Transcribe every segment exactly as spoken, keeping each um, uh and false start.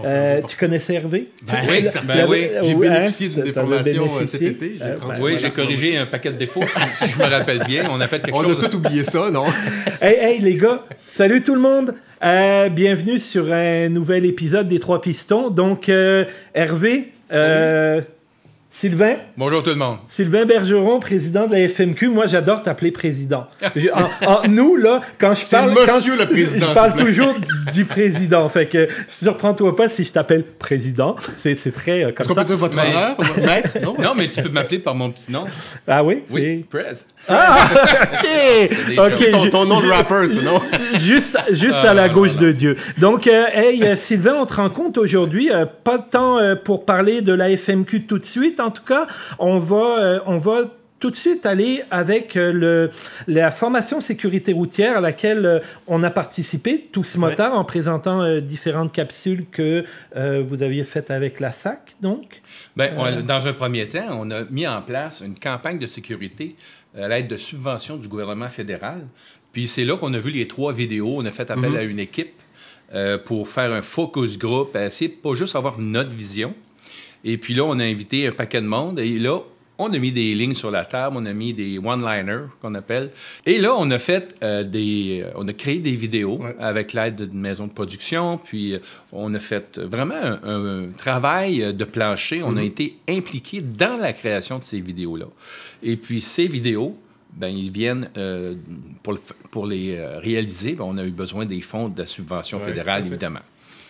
Euh, tu connaissais Hervé? Ben oui, La, ben la, oui. J'ai bénéficié d'une déformation bénéficié. cet été. J'ai euh, ben, oui, j'ai corrigé un paquet de défauts, si je me rappelle bien. On a fait quelque on chose. On a tout oublié ça, non? Hey, hey, les gars, salut tout le monde. Euh, bienvenue sur un nouvel épisode des Trois Pistons. Donc, euh, Hervé, euh, Sylvain. Bonjour tout le monde. Sylvain Bergeron, président de la F M Q. Moi, j'adore t'appeler président. En, en, nous, là, quand je parle... C'est quand monsieur je, le président. Je parle toujours du président. Fait que, surprends-toi pas si je t'appelle président. C'est, c'est très euh, comme Est-ce qu'on ça. peut dire votre mais... honneur, maître? Non? non, mais tu peux m'appeler par mon petit nom. Ah oui? Oui, Prez. Ah, ok! okay. C'est ton, ton nom de rapper, ça, non? Juste, juste ah, à la gauche non. de Dieu. Donc, euh, hey, euh, Sylvain, on te rencontre aujourd'hui. Euh, pas de temps euh, pour parler de la F M Q tout de suite. En tout cas, on va, euh, on va tout de suite aller avec euh, le, la formation sécurité routière à laquelle euh, on a participé, tous motard, ouais. en présentant euh, différentes capsules que euh, vous aviez faites avec la S A C, donc. Ben, on, euh, dans un premier temps, on a mis en place une campagne de sécurité à l'aide de subventions du gouvernement fédéral. Puis c'est là qu'on a vu les trois vidéos. On a fait appel mm-hmm. à une équipe euh, pour faire un focus group, à essayer de pas juste avoir notre vision. Et puis là, on a invité un paquet de monde. Et là, on a mis des lignes sur la table, on a mis des one-liners qu'on appelle. Et là, on a fait euh, des, on a créé des vidéos ouais. avec l'aide d'une maison de production. Puis euh, on a fait vraiment un, un travail de plancher. On mm-hmm. a été impliqués dans la création de ces vidéos-là. Et puis ces vidéos, ben ils viennent euh, pour, le, pour les euh, réaliser. Ben, on a eu besoin des fonds de la subvention ouais, fédérale, évidemment.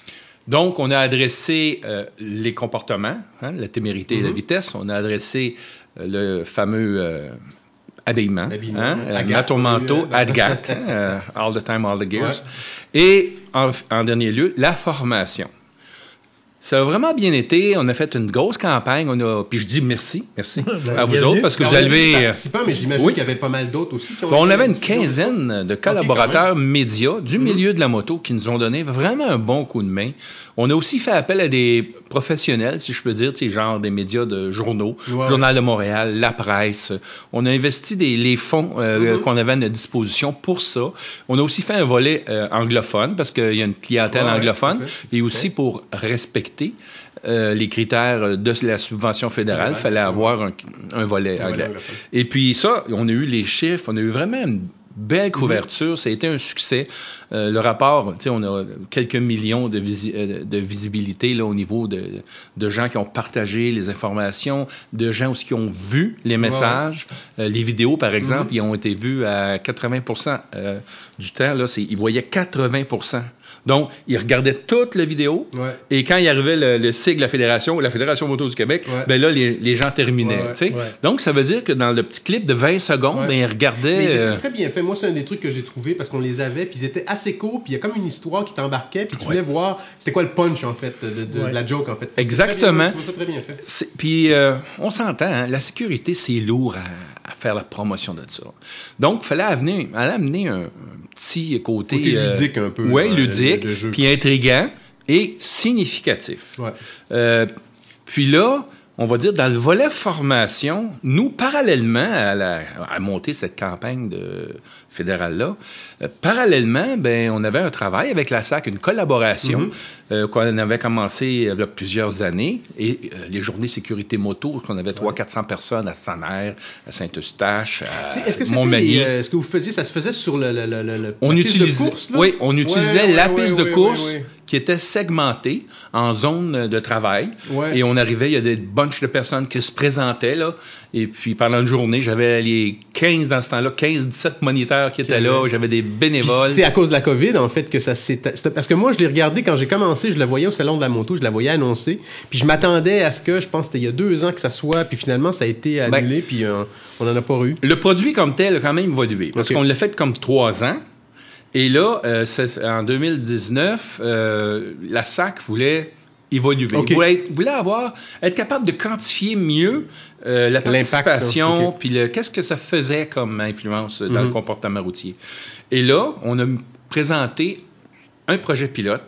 Donc, on a adressé euh, les comportements, hein, la témérité mm-hmm. et la vitesse. On a adressé euh, le fameux euh, habillement, habillement hein, euh, mettre au manteau, A D G A T, hein, all the time, all the gears. Ouais. Et en, en dernier lieu, la formation. Ça a vraiment bien été. On a fait une grosse campagne. On a, puis je dis merci, merci à vous autres parce que vous avez. Participants, mais j'imagine oui. qu'il y avait pas mal d'autres aussi. Qui ont bon, on avait une quinzaine de collaborateurs okay, médias du mm-hmm. milieu de la moto qui nous ont donné vraiment un bon coup de main. On a aussi fait appel à des professionnels, si je peux dire, genre des médias de journaux, ouais, Journal de Montréal, La Presse. On a investi des, les fonds euh, mm-hmm. qu'on avait à notre disposition pour ça. On a aussi fait un volet euh, anglophone parce qu'il y a une clientèle ouais, anglophone okay. et aussi okay. pour respecter Euh, les critères de la subvention fédérale, il ouais, fallait avoir un, un volet un anglais. Et puis ça, on a eu les chiffres, on a eu vraiment une belle couverture, mm-hmm. ça a été un succès. Euh, le rapport, tu sais, on a quelques millions de, visi- de visibilité là, au niveau de, de gens qui ont partagé les informations, de gens aussi qui ont vu les messages. Ouais. Euh, les vidéos, par exemple, mm-hmm. ils ont été vus à quatre-vingts pour cent euh, du temps. Là, c'est, ils voyaient quatre-vingts pour cent. Donc, ils regardaient toute la vidéo ouais. et quand il arrivait le, le sigle de la Fédération, la Fédération Moto du Québec, ouais. ben là, les, les gens terminaient. Ouais, ouais, ouais. Donc, ça veut dire que dans le petit clip de vingt secondes, ouais. ben, ils regardaient... Mais ils étaient euh... très bien fait. Moi, c'est un des trucs que j'ai trouvé parce qu'on les avait, puis ils étaient assez courts, puis il y a comme une histoire qui t'embarquait, puis tu ouais. voulais voir c'était quoi le punch, en fait, de, de, ouais. de la joke, en fait. Exactement. Je trouve ça très bien fait. C'est, puis, euh, on s'entend, hein, la sécurité, c'est lourd à, à faire la promotion de ça. Donc, il fallait amener, amener un, un petit côté... Côté ludique, euh, un peu. Oui, euh, ludique, puis intriguant et significatif. Ouais. Euh, puis là, on va dire, dans le volet formation, nous, parallèlement à, la, à monter cette campagne de, fédérale-là, euh, parallèlement, ben, on avait un travail avec la S A C, une collaboration mm-hmm. euh, qu'on avait commencé il y a plusieurs années, et euh, les journées sécurité moto, qu'on avait trois cents à quatre cents personnes à Saint-Nair, à Saint-Eustache, à c'est, est-ce que Montmagny. Euh, ce que vous faisiez, ça se faisait sur le, le, le, le on la utilisait, piste de course, là? Oui, on utilisait ouais, la ouais, piste ouais, de ouais, course ouais, ouais. qui était segmentée en zone de travail. Ouais. Et on arrivait, il y a des bunches de personnes qui se présentaient, là. Et puis, pendant une journée, j'avais les quinze, dans ce temps-là, quinze, dix-sept moniteurs qui étaient là. J'avais des bénévoles. Puis c'est à cause de la COVID, en fait, que ça s'est... Parce que moi, je l'ai regardé quand j'ai commencé, je le voyais au Salon de la moto, je la voyais annoncée. Puis je m'attendais à ce que, je pense que c'était il y a deux ans que ça soit, puis finalement, ça a été annulé, ben, puis euh, on n'en a pas eu. Le produit comme tel a quand même évolué. Parce okay. qu'on l'a fait comme trois ans. Et là, euh, c'est, en deux mille dix-neuf, euh, la S A C voulait évoluer. Okay. Voulait, être, voulait avoir, être capable de quantifier mieux euh, la participation, puis okay. qu'est-ce que ça faisait comme influence dans mm-hmm. le comportement routier. Et là, on a présenté un projet pilote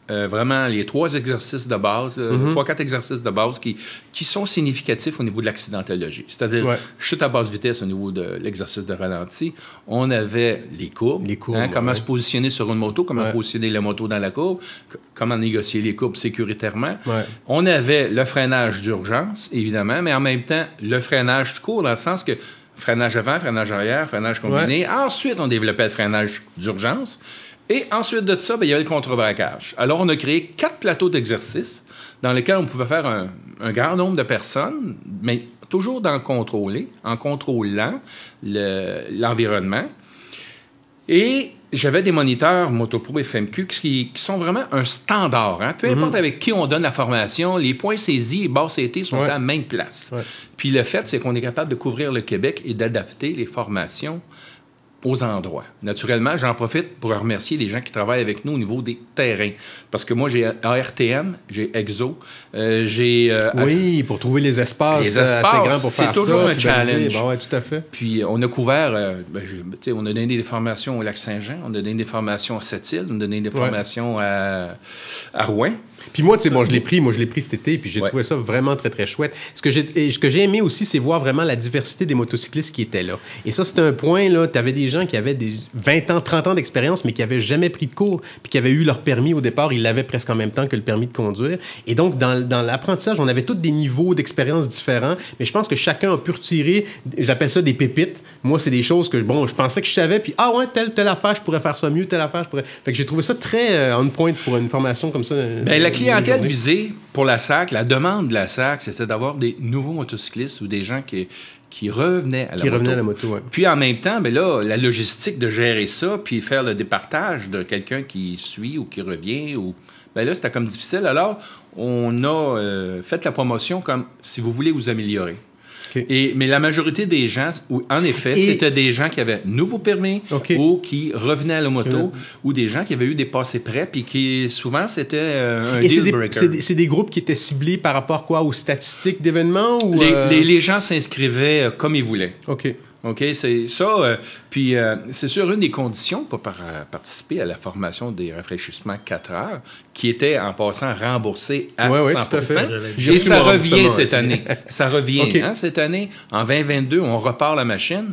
euh, vraiment les trois exercices de base, euh, mm-hmm. trois, quatre exercices de base qui, qui sont significatifs au niveau de l'accidentologie. C'est-à-dire, ouais. chute à basse vitesse au niveau de l'exercice de ralenti. On avait les courbes, les courbes hein, comment ouais. se positionner sur une moto, comment ouais. positionner la moto dans la courbe, c- comment négocier les courbes sécuritairement. Ouais. On avait le freinage d'urgence, évidemment, mais en même temps, le freinage tout court, dans le sens que freinage avant, freinage arrière, freinage combiné. Ouais. Ensuite, on développait le freinage d'urgence. Et ensuite de ça, ben, il y avait le contre-braquage. Alors, on a créé quatre plateaux d'exercices dans lesquels on pouvait faire un, un grand nombre de personnes, mais toujours dans le contrôler, en contrôlant le, l'environnement. Et j'avais des moniteurs MotoPro F M Q qui, qui sont vraiment un standard. Hein? Peu importe mm-hmm. avec qui on donne la formation, les points saisis et barres C T sont ouais. à la même place. Ouais. Puis le fait, c'est qu'on est capable de couvrir le Québec et d'adapter les formations aux endroits. Naturellement, j'en profite pour remercier les gens qui travaillent avec nous au niveau des terrains. Parce que moi, j'ai A R T M, j'ai Exo, euh, j'ai... Euh, oui, pour trouver les espaces, les espaces assez grands pour c'est faire toujours ça, un challenge. Bon, ouais, tout à fait. Puis, on a couvert... Euh, ben, je, on a donné des formations au Lac-Saint-Jean, on a donné des formations à Sept-Îles, on a donné des formations ouais. à, à Rouen. Puis moi, tu sais, bon, je l'ai pris, moi, je l'ai pris cet été, puis j'ai ouais. trouvé ça vraiment très, très chouette. Ce que j'ai, ce que j'ai aimé aussi, c'est voir vraiment la diversité des motocyclistes qui étaient là. Et ça, c'était un point, là, tu avais des gens qui avaient des vingt ans, trente ans d'expérience, mais qui n'avaient jamais pris de cours, puis qui avaient eu leur permis au départ, ils l'avaient presque en même temps que le permis de conduire. Et donc, dans, dans l'apprentissage, on avait tous des niveaux d'expérience différents, mais je pense que chacun a pu retirer, j'appelle ça des pépites. Moi, c'est des choses que, bon, je pensais que je savais, puis ah ouais, telle, telle affaire, je pourrais faire ça mieux, telle affaire, je pourrais... Fait que j'ai trouvé ça très euh, on point pour une formation comme ça. Ben, la clientèle visée pour la S A C, la demande de la S A C, c'était d'avoir des nouveaux motocyclistes ou des gens qui, qui revenaient à la qui moto. Revenaient à la moto ouais. Puis en même temps, ben là, la logistique de gérer ça, puis faire le départage de quelqu'un qui suit ou qui revient, ou ben là, c'était comme difficile. Alors, on a euh, fait la promotion comme si vous voulez vous améliorer. Okay. Et, mais la majorité des gens, en effet, et... c'était des gens qui avaient nouveau permis okay. ou qui revenaient à la moto okay. ou des gens qui avaient eu des passés prêts puis qui, souvent, c'était euh, un et deal c'est breaker. Des, c'est, des, c'est des groupes qui étaient ciblés par rapport quoi, aux statistiques d'événements? Ou les, euh... les, les gens s'inscrivaient euh, comme ils voulaient. OK. OK, c'est ça. Euh, puis, euh, c'est sûr, une des conditions pour par, euh, participer à la formation des rafraîchissements quatre heures, qui était, en passant, remboursé à ouais, cent pour cent. Ouais, et ça revient cette année. Ça revient, okay. hein, cette année. En vingt vingt-deux, on repart la machine.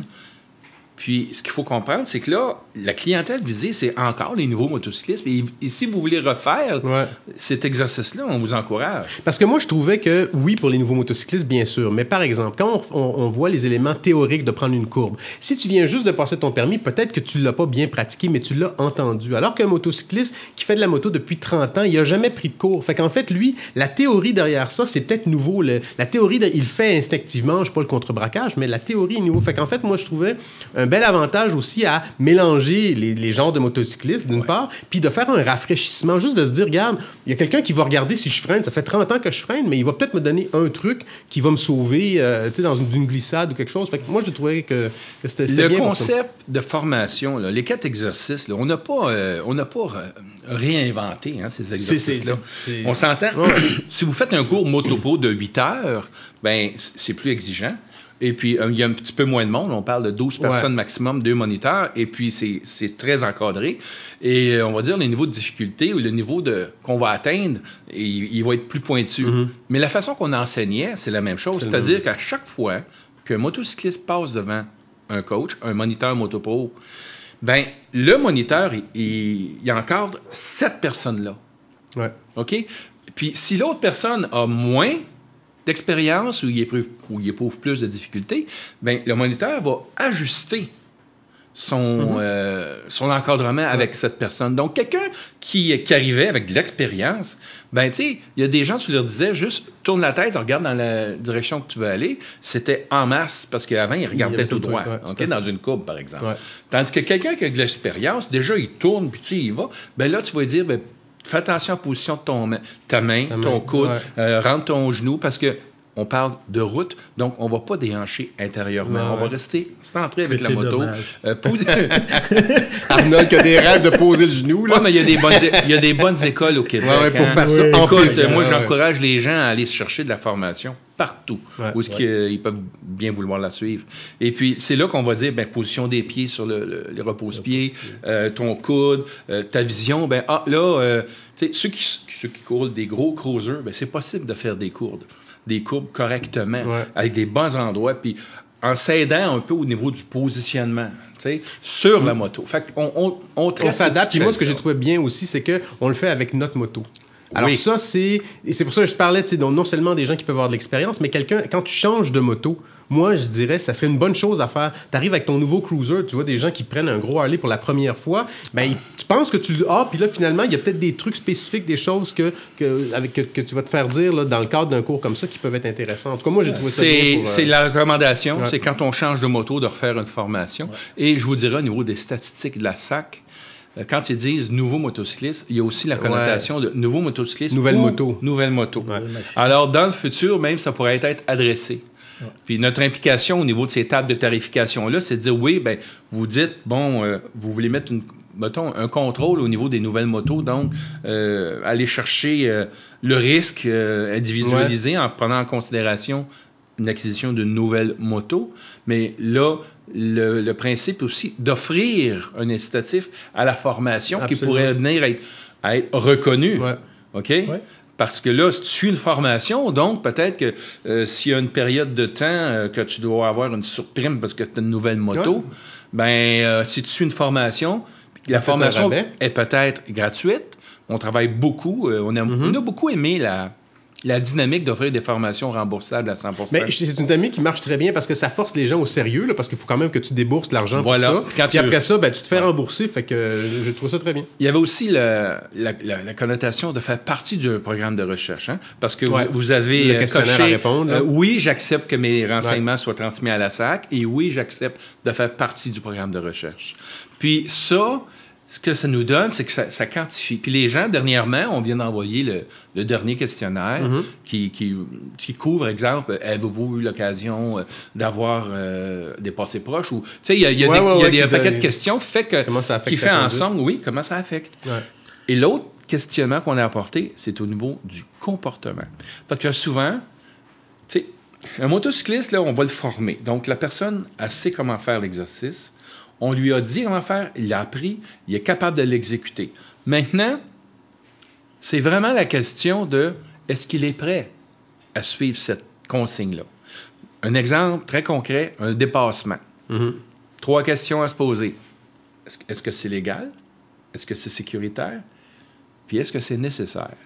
Puis, ce qu'il faut comprendre, c'est que là, la clientèle visée, c'est encore les nouveaux motocyclistes. Et, et si vous voulez refaire ouais. cet exercice-là, on vous encourage. Parce que moi, je trouvais que, oui, pour les nouveaux motocyclistes, bien sûr. Mais par exemple, quand on, on, on voit les éléments théoriques de prendre une courbe, si tu viens juste de passer ton permis, peut-être que tu ne l'as pas bien pratiqué, mais tu l'as entendu. Alors qu'un motocycliste qui fait de la moto depuis trente ans, il n'a jamais pris de cours. Fait qu'en fait, lui, la théorie derrière ça, c'est peut-être nouveau. Le, la théorie, de, il fait instinctivement, je ne sais pas le contre-braquage, mais la théorie est nouveau. Fait qu'en fait, moi, je trouvais un bel avantage aussi à mélanger les, les genres de motocyclistes, d'une ouais. part, puis de faire un rafraîchissement, juste de se dire, regarde, il y a quelqu'un qui va regarder si je freine, ça fait trente ans que je freine, mais il va peut-être me donner un truc qui va me sauver, euh, tu sais, dans une, une glissade ou quelque chose. Fait que moi, je trouvais que, que c'était, c'était le bien. Le concept de formation, là, les quatre exercices, là, on n'a pas, euh, on n'a pas réinventé hein, ces exercices-là. C'est, c'est, c'est... On s'entend, ouais. Si vous faites un cours MotoPro de huit heures, ben c'est plus exigeant. Et puis, euh, il y a un petit peu moins de monde. On parle de douze personnes ouais. maximum, deux moniteurs. Et puis, c'est, c'est très encadré. Et euh, on va dire, le niveau de difficulté ou le niveau de, qu'on va atteindre, il, il va être plus pointu. Mm-hmm. Mais la façon qu'on enseignait, c'est la même chose. C'est C'est-à-dire qu'à chaque fois qu'un motocycliste passe devant un coach, un moniteur MotoPro, ben le moniteur, il, il, il encadre cette personne-là. Ouais. OK? Puis, si l'autre personne a moins d'expérience ou il éprouve, ou il éprouve plus de difficultés, ben le moniteur va ajuster son, mm-hmm. euh, son encadrement ouais. avec cette personne. Donc, quelqu'un qui, qui arrivait avec de l'expérience, ben tu sais, il y a des gens, tu leur disais, juste tourne la tête, regarde dans la direction que tu veux aller. C'était en masse, parce qu'avant, il regardait il tout, tout droit, ouais, okay, dans une courbe, par exemple. Ouais. Tandis que quelqu'un qui a de l'expérience, déjà, il tourne, puis tu sais, il va, ben là, tu vas dire, ben fais attention à la position de ton, ta main, ta ton main, coude, ouais. euh, rentre ton genou, parce que on parle de route, donc on ne va pas déhancher intérieurement. Ouais, on ouais. va rester centré avec la moto. Euh, pou... Arnold qui a des rêves de poser le genou. Là. Ouais, mais il y a des bonnes, il y a des bonnes écoles au Québec. Ouais, ouais, pour hein. faire ça. Oui. Écoute, plus, moi, ouais, j'encourage ouais. les gens à aller chercher de la formation partout, ouais, où ouais. ils, ils peuvent bien vouloir la suivre. Et puis, c'est là qu'on va dire, ben, position des pieds sur le, le, les repose-pieds, euh, ton coude, euh, ta vision. Ben, ah, là, euh, tu sais, ceux qui, ceux qui courent des gros cruisers, ben, c'est possible de faire des courbes. des courbes correctement, ouais. avec des bons endroits, puis en s'aidant un peu au niveau du positionnement, tu sais, sur mmh. la moto. Fait qu'on on, on, on s'adapte. Puis moi, ce que j'ai trouvé bien aussi, c'est qu'on le fait avec notre moto. Alors oui. ça, c'est... Et c'est pour ça que je parlais, tu sais, non seulement des gens qui peuvent avoir de l'expérience, mais quelqu'un, quand tu changes de moto, moi, je dirais, ça serait une bonne chose à faire. Tu arrives avec ton nouveau cruiser, tu vois des gens qui prennent un gros Harley pour la première fois, ben, ah. tu penses que tu... Ah, puis là, finalement, il y a peut-être des trucs spécifiques, des choses que, que, avec, que, que tu vas te faire dire là, dans le cadre d'un cours comme ça qui peuvent être intéressants. En tout cas, moi, j'ai trouvé ça c'est, bien pour... C'est euh... la recommandation, ouais. c'est quand on change de moto, de refaire une formation. Ouais. Et je vous dirais, au niveau des statistiques de la S A C, quand ils disent nouveau motocycliste, il y a aussi la connotation ouais. de nouveau motocycliste nouvelle moto. Nouvelle moto. Ouais. Alors, dans le futur, même, ça pourrait être adressé. Ouais. Puis notre implication au niveau de ces tables de tarification-là, c'est de dire, oui, ben vous dites, bon, euh, vous voulez mettre une, mettons, un contrôle au niveau des nouvelles motos, donc euh, aller chercher euh, le risque euh, individualisé ouais. en prenant en considération une acquisition d'une nouvelle moto, mais là, le, le principe aussi d'offrir un incitatif à la formation Absolument. Qui pourrait venir être, à être reconnue. Ouais. OK? Ouais. Parce que là, si tu suis une formation, donc peut-être que euh, s'il y a une période de temps euh, que tu dois avoir une surprime parce que tu as une nouvelle moto, ouais. ben euh, si tu suis une formation, puis la formation est peut-être gratuite, on travaille beaucoup, euh, on, a, mm-hmm. on a beaucoup aimé la... la dynamique d'offrir des formations remboursables à cent pour cent. Mais c'est une dynamique qui marche très bien parce que ça force les gens au sérieux, là, parce qu'il faut quand même que tu débourses l'argent voilà. pour ça. Quand Puis tu... après ça, ben, tu te fais ouais. rembourser, fait que je trouve ça très bien. Il y avait aussi le, la, la, la connotation de faire partie du programme de recherche, hein? Parce que ouais. vous, vous avez le questionnaire coché, à répondre. Euh, oui, j'accepte que mes renseignements ouais. soient transmis à la S A C et oui, j'accepte de faire partie du programme de recherche. Puis ça... Ce que ça nous donne, c'est que ça, ça quantifie. Puis les gens, dernièrement, on vient d'envoyer le, le dernier questionnaire mm-hmm. qui, qui, qui couvre, exemple, avez-vous eu l'occasion d'avoir euh, des passés proches? Ou, tu sais, il y a, y a, ouais, des, ouais, y a ouais, des, un paquet de questions qui fait, que, qui fait ensemble, oui, comment ça affecte. Ouais. Et l'autre questionnement qu'on a apporté, c'est au niveau du comportement. Fait que souvent, tu sais, un motocycliste, là, on va le former. Donc, la personne, elle sait comment faire l'exercice. On lui a dit comment faire, il l'a appris, il est capable de l'exécuter. Maintenant, c'est vraiment la question de est-ce qu'il est prêt à suivre cette consigne-là? Un exemple très concret, un dépassement. Mm-hmm. Trois questions à se poser. Est-ce, est-ce que c'est légal? Est-ce que c'est sécuritaire? Puis est-ce que c'est nécessaire?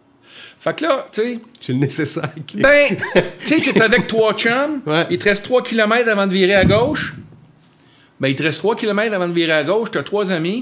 Fait que là, tu sais... C'est nécessaire. Ben, tu sais, tu es avec trois chums, ouais. il te reste trois kilomètres avant de virer à gauche... Ben, il te reste trois kilomètres avant de virer à gauche, tu as trois amis.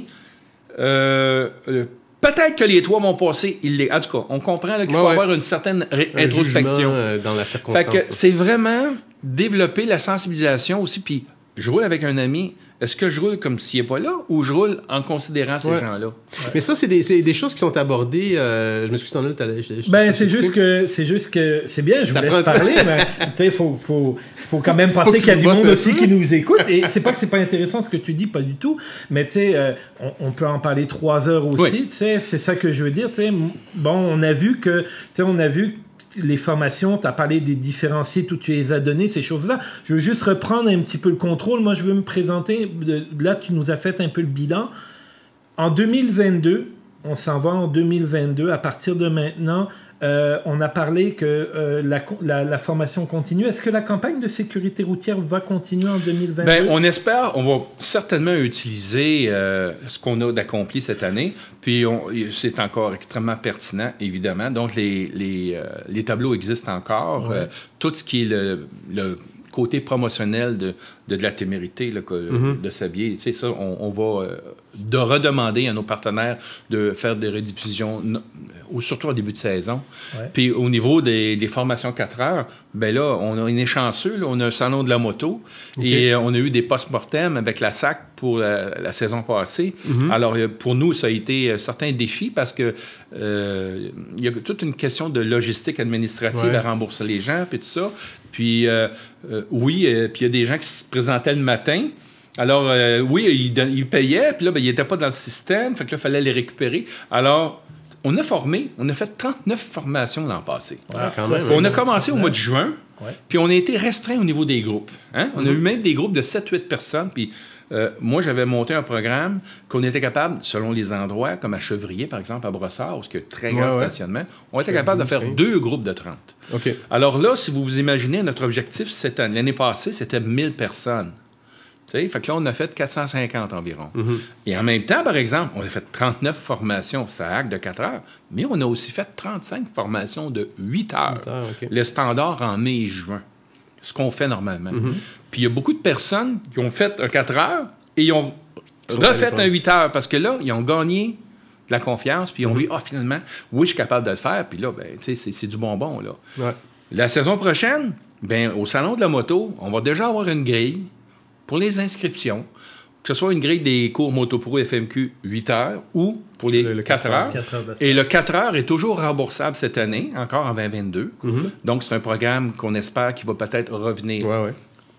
Euh, euh, peut-être que les trois vont passer. Il les... En tout cas, on comprend là, qu'il ouais, faut ouais. avoir une certaine ré- Un introspection. Euh, dans la circonstance. Fait que c'est vraiment développer la sensibilisation aussi. Puis, je roule avec un ami. Est-ce que je roule comme s'il n'est pas là ou je roule en considérant ces ouais. gens-là? Ouais. Mais ça, c'est des, c'est des choses qui sont abordées. Euh, je me suis dit, là, t'as, je, je, ben, c'est juste, que, c'est juste que c'est bien, je vous laisse parler, mais tu sais, il faut, faut, faut quand même penser qu'il y a du monde aussi qui nous écoute. Et c'est pas que c'est pas intéressant ce que tu dis, pas du tout, mais tu sais, euh, on, on peut en parler trois heures aussi, oui. tu sais, c'est ça que je veux dire. Tu sais, bon, on a vu que, tu sais, on a vu les formations, tu as parlé des différenciés, tout tu les as donné, ces choses-là. Je veux juste reprendre un petit peu le contrôle. Moi, je veux me présenter. Là, tu nous as fait un peu le bilan. En deux mille vingt-deux, on s'en va en deux mille vingt-deux. À partir de maintenant, euh, on a parlé que euh, la, la, la formation continue. Est-ce que la campagne de sécurité routière va continuer en deux mille vingt-deux? Bien, on espère. On va certainement utiliser euh, ce qu'on a d'accompli cette année. Puis, on, c'est encore extrêmement pertinent, évidemment. Donc, les, les, euh, les tableaux existent encore. Ouais. Euh, tout ce qui est le, le côté promotionnel de, de, de la témérité là, que, mm-hmm. de s'habiller. Tu sais, ça, on, on va euh, de redemander à nos partenaires de faire des rediffusions, ou surtout au début de saison. Ouais. Puis au niveau des, des formations quatre heures, ben là, on, a, on est chanceux, là, on a un salon de la moto okay. et euh, on a eu des post-mortem avec la S A C pour la, la saison passée. Mm-hmm. Alors pour nous, ça a été un certain défi parce que euh, il y a toute une question de logistique administrative ouais. à rembourser les gens, puis tout ça. Puis euh, euh, oui, euh, puis il y a des gens qui se présentaient le matin. Alors euh, oui, ils, don- ils payaient, puis là, ben, ils n'étaient pas dans le système, fait que là, il fallait les récupérer. Alors, on a formé, on a fait trente-neuf formations l'an passé. Ouais, quand même, on a commencé au mois de juin, ouais. puis on a été restreint au niveau des groupes. Hein? On mm-hmm. a eu même des groupes de sept huit personnes, puis euh, moi, j'avais monté un programme qu'on était capable, selon les endroits, comme à Chevrier, par exemple, à Brossard, où il y a très grand ouais, stationnement, ouais. on était capable de faire quinze deux groupes de trente. Okay. Alors là, si vous vous imaginez, notre objectif, cette année, l'année passée, c'était mille personnes. Tu sais, fait que là, on a fait quatre cent cinquante environ. Mm-hmm. Et en même temps, par exemple, on a fait trente-neuf formations S A A C de quatre heures, mais on a aussi fait trente-cinq formations de huit heures. huit heures okay. Le standard en mai et juin. Ce qu'on fait normalement. Mm-hmm. Puis il y a beaucoup de personnes qui ont fait un quatre heures et ils ont refait un huit heures parce que là, ils ont gagné de la confiance puis ils ont mm-hmm. vu, ah, oh, finalement, oui, je suis capable de le faire. Puis là, ben, tu sais, c'est, c'est du bonbon, là. Ouais. La saison prochaine, ben, au Salon de la moto, on va déjà avoir une grille pour les inscriptions, que ce soit une grille des cours MotoPro F M Q huit heures ou pour les le, le quatre heures. quatre heures et le quatre heures est toujours remboursable cette année, encore en vingt vingt-deux. Mm-hmm. Donc, c'est un programme qu'on espère qu'il va peut-être revenir. Ouais, ouais.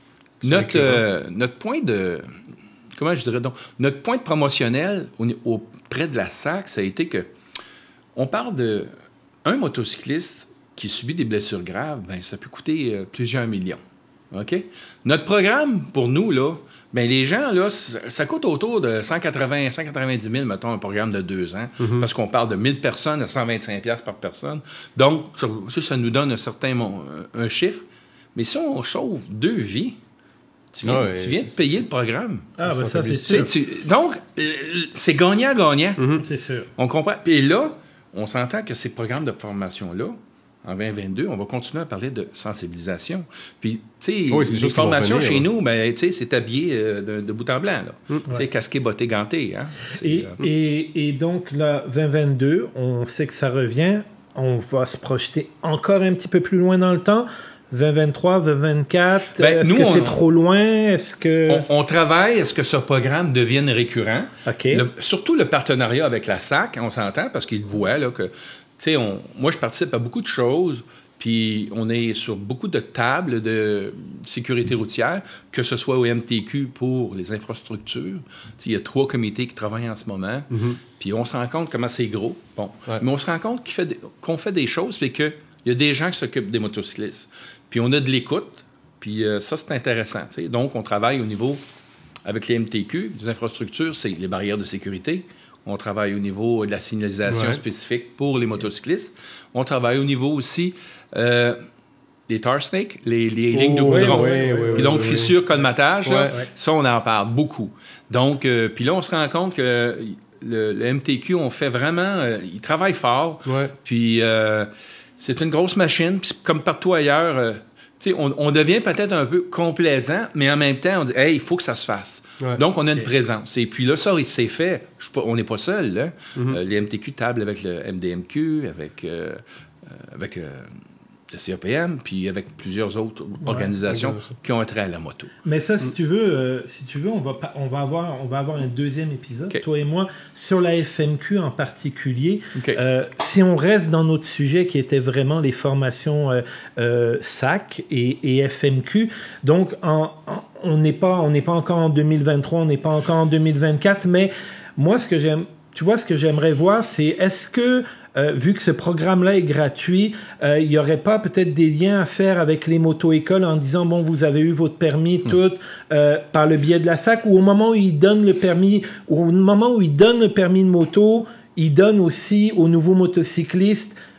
Notre, euh, notre point de... Comment je dirais donc? Notre point de promotionnel au, auprès de la S A C, ça a été que on parle de un motocycliste qui subit des blessures graves, ben, ça peut coûter euh, plusieurs millions. OK? Notre programme, pour nous, là, ben les gens, là, ça coûte autour de cent quatre-vingts, cent quatre-vingt-dix mille, mettons, un programme de deux ans, mm-hmm. parce qu'on parle de mille personnes à cent vingt-cinq dollars par personne. Donc, ça, ça nous donne un certain un chiffre. Mais si on sauve deux vies, tu viens, ah ouais, tu viens de payer le programme. Ah, ben ça, c'est sûr. Tu, donc, c'est gagnant-gagnant. Mm-hmm. C'est sûr. On comprend. Et là, on s'entend que ces programmes de formation-là, en vingt vingt-deux, on va continuer à parler de sensibilisation. Puis, tu sais, oui, les formations chez nous, ben, tu sais, c'est habillé euh, de, de bout en blanc, là. Mm, tu sais, ouais. casqué, botté, ganté, hein. Et, euh... et, et donc, là, vingt vingt-deux, on sait que ça revient. On va se projeter encore un petit peu plus loin dans le temps. vingt vingt-trois, vingt vingt-quatre, ben, est-ce nous, que c'est on, trop loin? Est-ce que... On, on travaille à ce que ce programme devienne récurrent. Okay. Le, surtout le partenariat avec la S A C, on s'entend, parce qu'ils voient là, que... Tu sais, moi, je participe à beaucoup de choses, puis on est sur beaucoup de tables de sécurité routière, que ce soit au M T Q pour les infrastructures. Il y a trois comités qui travaillent en ce moment, mm-hmm. puis on se rend compte comment c'est gros. Bon, ouais. Mais on se rend compte qu'il fait des, qu'on fait des choses, puis qu'il y a des gens qui s'occupent des motocyclistes. Puis on a de l'écoute, puis euh, ça, c'est intéressant. T'sais. Donc, on travaille au niveau, avec les M T Q, des infrastructures, c'est les barrières de sécurité. On travaille au niveau de la signalisation ouais. spécifique pour les motocyclistes. On travaille au niveau aussi euh, des tar snakes, les, les oh, lignes de goudron. Oui, oui, oui, puis donc, oui, fissures, colmatage, ouais, là, ouais. ça, on en parle beaucoup. Donc, euh, puis là, on se rend compte que le, le M T Q, on fait vraiment... Euh, ils travaillent fort. Ouais. Puis euh, c'est une grosse machine. Puis comme partout ailleurs... Euh, On, on devient peut-être un peu complaisant, mais en même temps, on dit « Hey, il faut que ça se fasse. Ouais. » Donc, on a une okay. présence. Et puis là, ça, il s'est fait. Je pas, on n'est pas seul. Là. Mm-hmm. Euh, les M T Q tablent avec le M D M Q, avec, euh, avec euh, le C A P M, puis avec plusieurs autres ouais, organisations ouais, qui ont trait à la moto. Mais ça, si mm. tu veux, euh, si tu veux, on va pas, on va avoir, on va avoir un deuxième épisode, okay. toi et moi, sur la F M Q en particulier. Okay. Euh, si on reste dans notre sujet qui était vraiment les formations euh, euh, S A C et, et F M Q, donc en, en, on n'est pas, on n'est pas encore en deux mille vingt-trois, on n'est pas encore en deux mille vingt-quatre, mais moi, ce que j'aime, tu vois, ce que j'aimerais voir, c'est est-ce que Euh, vu que ce programme-là est gratuit, euh, il n'y aurait pas peut-être des liens à faire avec les moto-écoles en disant, bon, vous avez eu votre permis mmh. tout euh, par le biais de la S A C, ou au moment où ils donnent le permis, ou au moment où ils donnent le permis de moto, ils donnent aussi aux nouveaux motocyclistes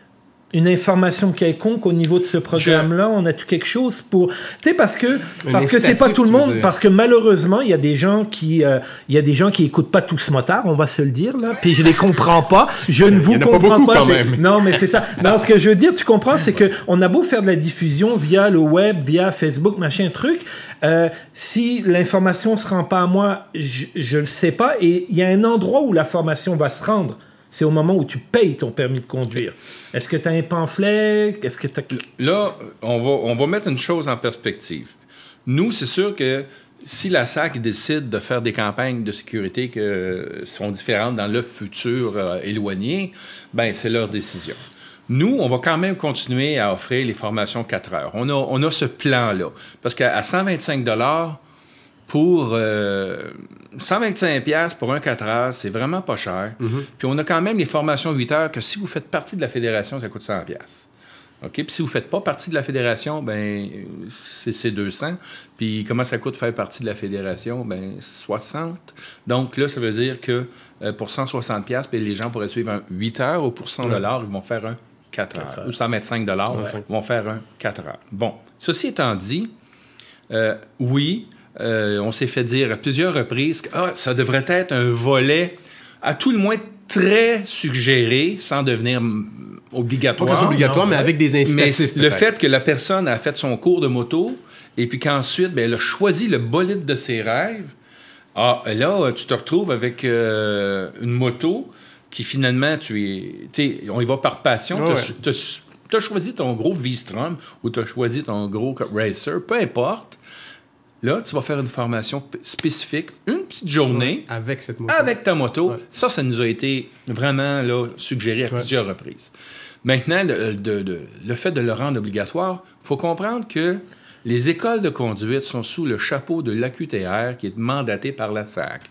une information quelconque au niveau de ce programme-là? Je... On a-tu quelque chose pour... Tu sais, parce que, parce que c'est pas tout le monde, parce que malheureusement, il y a des gens qui, euh, il y a des gens qui écoutent pas tous Motard, on va se le dire, là, puis je les comprends pas. Je ne vous comprends pas. Il y en a pas beaucoup pas, quand même. Non, mais c'est ça. Non, ce que je veux dire, tu comprends, c'est que on a beau faire de la diffusion via le web, via Facebook, machin truc, euh, si l'information se rend pas à moi, je, je le sais pas, et il y a un endroit où la formation va se rendre. C'est au moment où tu payes ton permis de conduire. Est-ce que tu as un pamphlet? Est-ce que t'as... Là, on va, on va mettre une chose en perspective. Nous, c'est sûr que si la S A C décide de faire des campagnes de sécurité qui sont différentes dans le futur euh, éloigné, ben c'est leur décision. Nous, on va quand même continuer à offrir les formations quatre heures. On a, on a ce plan-là. Parce qu'à cent vingt-cinq dollars pour euh, cent vingt-cinq dollars pour un quatre heures, c'est vraiment pas cher. Mm-hmm. Puis on a quand même les formations huit heures que si vous faites partie de la fédération, ça coûte cent dollars. OK? Puis si vous ne faites pas partie de la fédération, ben c'est, c'est deux cents. Puis comment ça coûte faire partie de la fédération? Ben soixante. Donc là, ça veut dire que euh, pour cent soixante dollars, puis les gens pourraient suivre un huit heures ou pour cent dollars, ils vont faire un quatre heures. Ou cent vingt-cinq dollars, ouais. Ils vont faire un quatre heures. Bon, ceci étant dit, euh, oui, Euh, on s'est fait dire à plusieurs reprises que ah, ça devrait être un volet, à tout le moins très suggéré, sans devenir obligatoire. Pas que c'est obligatoire, non, mais ouais. Avec des incitatifs. Mais le fait que la personne a fait son cours de moto et puis qu'ensuite, ben, elle a choisi le bolide de ses rêves, ah, là, tu te retrouves avec euh, une moto qui finalement, tu es, tu sais, on y va par passion. Ouais, tu as ouais. choisi ton gros V-Strom ou tu as choisi ton gros Racer, peu importe. Là, tu vas faire une formation p- spécifique, une petite journée ouais, avec cette moto. Avec ta moto. Ouais. Ça, ça nous a été vraiment là, suggéré à ouais. plusieurs reprises. Maintenant, le, de, de, le fait de le rendre obligatoire, il faut comprendre que les écoles de conduite sont sous le chapeau de l'A Q T R qui est mandaté par la S A C.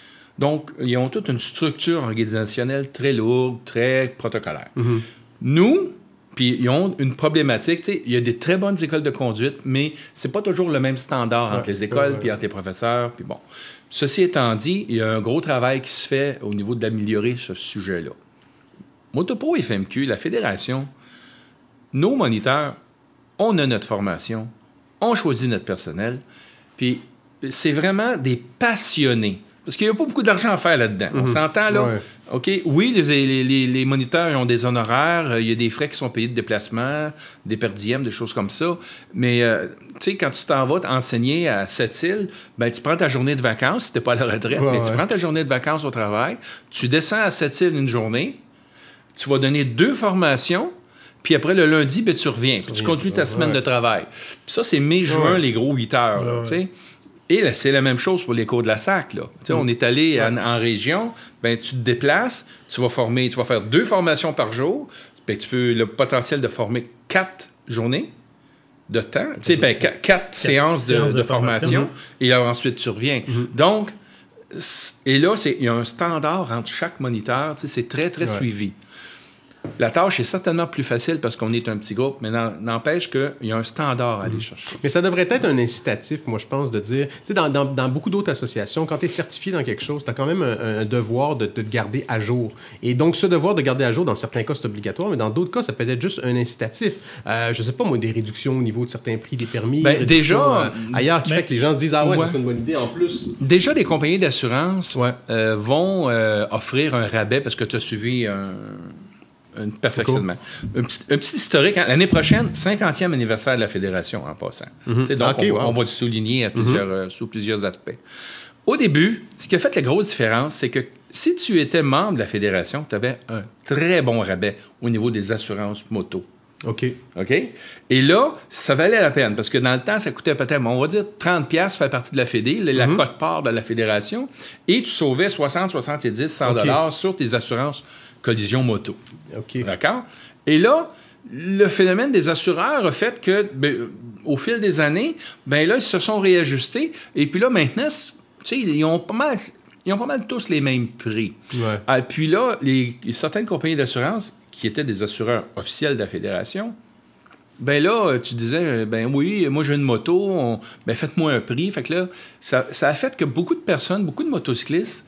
Donc, ils ont toute une structure organisationnelle très lourde, très protocolaire. Mm-hmm. Nous... Puis ils ont une problématique, tu sais, il y a des très bonnes écoles de conduite, mais c'est pas toujours le même standard entre ouais, les écoles puis entre les professeurs. Puis bon, ceci étant dit, il y a un gros travail qui se fait au niveau d'améliorer ce sujet-là. Motopro F M Q, la fédération, nos moniteurs, on a notre formation, on choisit notre personnel, puis c'est vraiment des passionnés. Parce qu'il n'y a pas beaucoup d'argent à faire là-dedans. Mm-hmm. On s'entend, là? Ouais. OK, oui, les, les, les, les moniteurs ils ont des honoraires, il y a des frais qui sont payés de déplacement, des per diem, des choses comme ça. Mais, euh, tu sais, quand tu t'en vas t'enseigner à Sept-Îles, ben, tu prends ta journée de vacances, si tu n'es pas à la retraite, ouais, mais ouais. tu prends ta journée de vacances au travail, tu descends à Sept-Îles une journée, tu vas donner deux formations, puis après, le lundi, ben, tu reviens, puis tu continues ta semaine ouais. de travail. Puis ça, c'est mai-juin, ouais. les gros huit heures, là, tu sais. Ouais. Et là, c'est la même chose pour les cours de la S A C. Là. Mm. On est allé ouais. en, en région, ben, tu te déplaces, tu vas former, tu vas faire deux formations par jour, ben, tu peux le potentiel de former quatre journées de temps, ben, quatre, quatre séances de, séances de, de formation, formation mm-hmm. et là, ensuite tu reviens. Mm-hmm. Donc, et là, c'est, il y a un standard entre chaque moniteur, c'est très, très ouais. suivi. La tâche est certainement plus facile parce qu'on est un petit groupe, mais n'empêche qu'il y a un standard à aller chercher. Mais ça devrait être un incitatif, moi, je pense, de dire... Tu sais, dans, dans, dans beaucoup d'autres associations, quand tu es certifié dans quelque chose, tu as quand même un, un devoir de, de te garder à jour. Et donc, ce devoir de garder à jour, dans certains cas, c'est obligatoire, mais dans d'autres cas, ça peut être juste un incitatif. Euh, je sais pas, moi, des réductions au niveau de certains prix des permis. Ben, déjà... Euh, ailleurs, qui fait que les gens se disent « Ah ouais, ouais. ça, c'est une bonne idée. » En plus... Déjà, les compagnies d'assurance ouais. euh, vont euh, offrir un rabais parce que tu as suivi un... Un perfectionnement. Cool. Un, petit, un petit historique. Hein? L'année prochaine, cinquantième anniversaire de la Fédération, en passant. Mm-hmm. Donc, okay, on, wow. on va le souligner à plusieurs, mm-hmm. euh, sous plusieurs aspects. Au début, ce qui a fait la grosse différence, c'est que si tu étais membre de la Fédération, tu avais un très bon rabais au niveau des assurances moto. OK. OK? Et là, ça valait la peine, parce que dans le temps, ça coûtait peut-être, on va dire, trente dollars faire partie de la Fédé, la mm-hmm. cote-part de la Fédération, et tu sauvais soixante, soixante-dix, cent dollars okay. sur tes assurances collision moto. OK. D'accord? Et là, le phénomène des assureurs a fait que, ben, au fil des années, ben là, ils se sont réajustés. Et puis là, maintenant, tu sais, ils ont pas mal, ils ont pas mal tous les mêmes prix. Ouais. Et puis là, les, certaines compagnies d'assurance qui étaient des assureurs officiels de la Fédération, ben là, tu disais, ben oui, moi j'ai une moto, on, ben faites-moi un prix. Fait que là, ça, ça a fait que beaucoup de personnes, beaucoup de motocyclistes,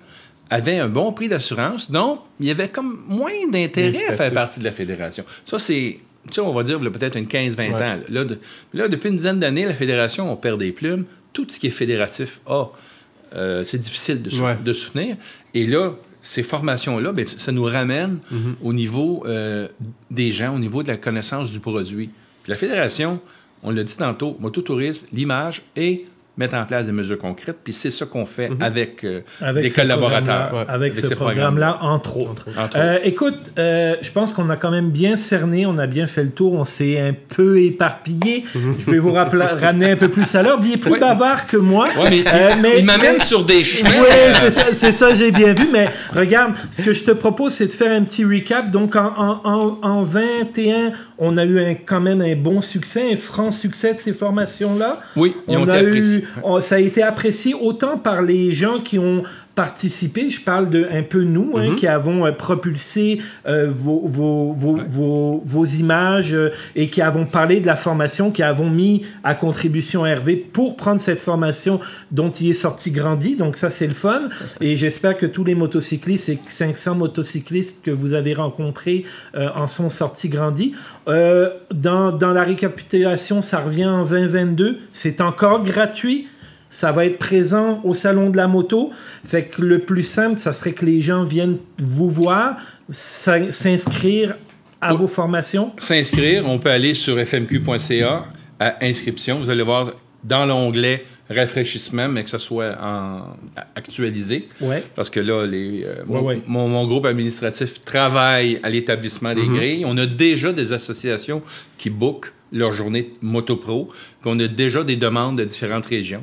avait un bon prix d'assurance, donc il y avait comme moins d'intérêt à faire partie de la fédération. Ça, c'est, tu sais, on va dire peut-être une quinze vingt ouais. ans. Là, de, là, depuis une dizaine d'années, la fédération, on perd des plumes. Tout ce qui est fédératif, ah, euh, c'est difficile de, ouais. de soutenir. Et là, ces formations-là, bien, ça nous ramène mm-hmm. au niveau euh, des gens, au niveau de la connaissance du produit. Puis la fédération, on l'a dit tantôt, mototourisme, l'image et mettre en place des mesures concrètes. Puis c'est ça qu'on fait mm-hmm. avec, euh, avec des collaborateurs. Ouais. Avec, avec ce programme-là, programmes entre autres. Entre autres. Euh, écoute, euh, je pense qu'on a quand même bien cerné, on a bien fait le tour, on s'est un peu éparpillé. Mm-hmm. Je vais vous rappela- ramener un peu plus à l'ordre. Il est plus ouais. bavard que moi. Ouais, mais, euh, mais il m'amène mais, sur des chemins. Oui, c'est ça, c'est ça, j'ai bien vu. Mais regarde, ce que je te propose, c'est de faire un petit recap. Donc, en, en, en, en vingt et un, on a eu un, quand même un bon succès, un franc succès de ces formations-là. Oui, ils on ont a été eu, appréciés. on, ça a été apprécié autant par les gens qui ont participé, je parle de un peu nous, hein, mm-hmm. qui avons euh, propulsé euh, vos, vos, vos, ouais. vos, vos images euh, et qui avons parlé de la formation, qui avons mis à contribution Hervé pour prendre cette formation dont il est sorti grandi. Donc ça, c'est le fun. Et j'espère que tous les motocyclistes et cinq cents motocyclistes que vous avez rencontrés euh, en sont sortis grandis. Euh, dans, dans la récapitulation, ça revient en vingt vingt-deux. C'est encore gratuit. Ça va être présent au Salon de la moto. Fait que le plus simple, ça serait que les gens viennent vous voir, s'inscrire à vos formations. S'inscrire, on peut aller sur f m q point c a à inscription. Vous allez voir dans l'onglet rafraîchissement, mais que ce soit en actualisé. Ouais. Parce que là, les, euh, ouais, mon, ouais. Mon, mon groupe administratif travaille à l'établissement des mm-hmm. grilles. On a déjà des associations qui bookent leur journée Motopro. Puis on a déjà des demandes de différentes régions.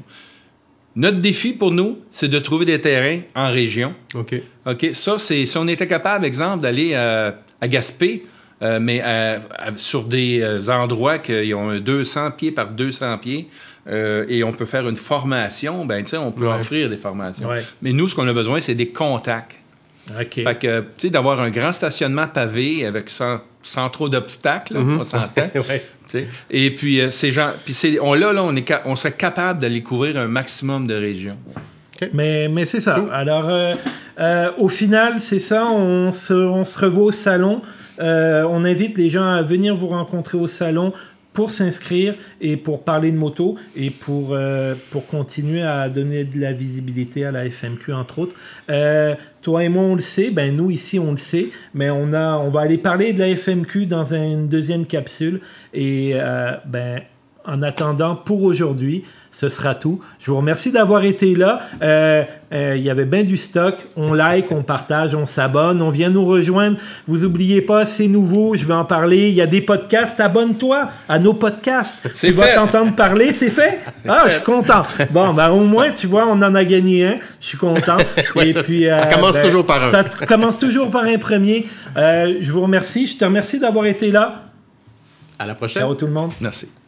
Notre défi pour nous, c'est de trouver des terrains en région. OK. OK. Ça, c'est si on était capable, exemple, d'aller euh, à Gaspé, euh, mais euh, sur des euh, endroits qui ont un deux cents pieds par deux cents pieds, euh, et on peut faire une formation, ben tu sais, on peut ouais. offrir des formations. Ouais. Mais nous, ce qu'on a besoin, c'est des contacts. OK. Fait que, tu sais, d'avoir un grand stationnement pavé avec sans, sans trop d'obstacles, là, mm-hmm. on s'entend. ouais. Et puis, euh, ces gens, puis c'est, on, là, là, on, est ca- on serait capable d'aller couvrir un maximum de régions. Okay. Mais, mais c'est ça. Cool. Alors, euh, euh, au final, c'est ça. On se, on se revoit au salon. Euh, on invite les gens à venir vous rencontrer au salon pour s'inscrire et pour parler de moto et pour, euh, pour continuer à donner de la visibilité à la F M Q, entre autres. Euh, toi et moi, on le sait. Ben, nous, ici, on le sait. Mais on, a, on va aller parler de la F M Q dans une deuxième capsule. Et euh, ben, en attendant, pour aujourd'hui, ce sera tout. Je vous remercie d'avoir été là. Euh, euh, il y avait bien du stock. On like, on partage, on s'abonne. On vient nous rejoindre. Vous oubliez pas, c'est nouveau. Je vais en parler. Il y a des podcasts. Abonne-toi à nos podcasts. C'est tu fait. vas t'entendre parler. C'est fait? Ah, je suis content. Bon, ben au moins, tu vois, on en a gagné un. Je suis content. ouais, Et ça, puis, ça euh, commence ben, toujours par un. Ça t- commence toujours par un premier. Euh, je vous remercie. Je te remercie d'avoir été là. À la prochaine. Ciao tout le monde. Merci.